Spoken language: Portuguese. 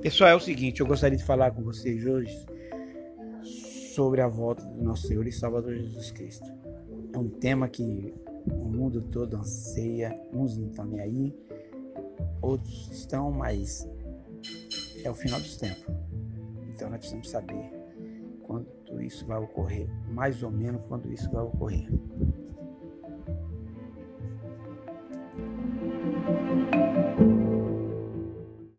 Pessoal, é o seguinte, eu gostaria de falar com vocês hoje sobre a volta do nosso Senhor e Salvador Jesus Cristo. É um tema que o mundo todo anseia, uns não estão nem aí, outros estão, mas é o final dos tempos. Então nós precisamos saber quando isso vai ocorrer, mais ou menos quando isso vai ocorrer.